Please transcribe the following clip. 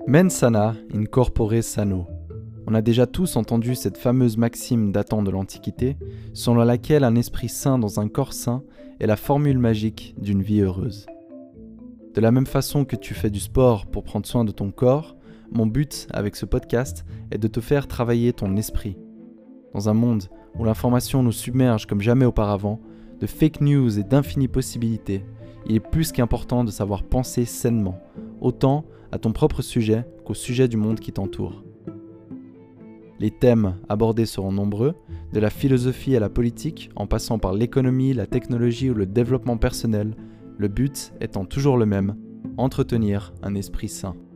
Mens sana in corpore sano. On a déjà tous entendu cette fameuse maxime datant de l'Antiquité, selon laquelle un esprit sain dans un corps sain est la formule magique d'une vie heureuse. De la même façon que tu fais du sport pour prendre soin de ton corps, mon but avec ce podcast est de te faire travailler ton esprit. Dans un monde où l'information nous submerge comme jamais auparavant, de fake news et d'infinies possibilités, il est plus qu'important de savoir penser sainement, autant à ton propre sujet qu'au sujet du monde qui t'entoure. Les thèmes abordés seront nombreux, de la philosophie à la politique, en passant par l'économie, la technologie ou le développement personnel, le but étant toujours le même, entretenir un esprit sain.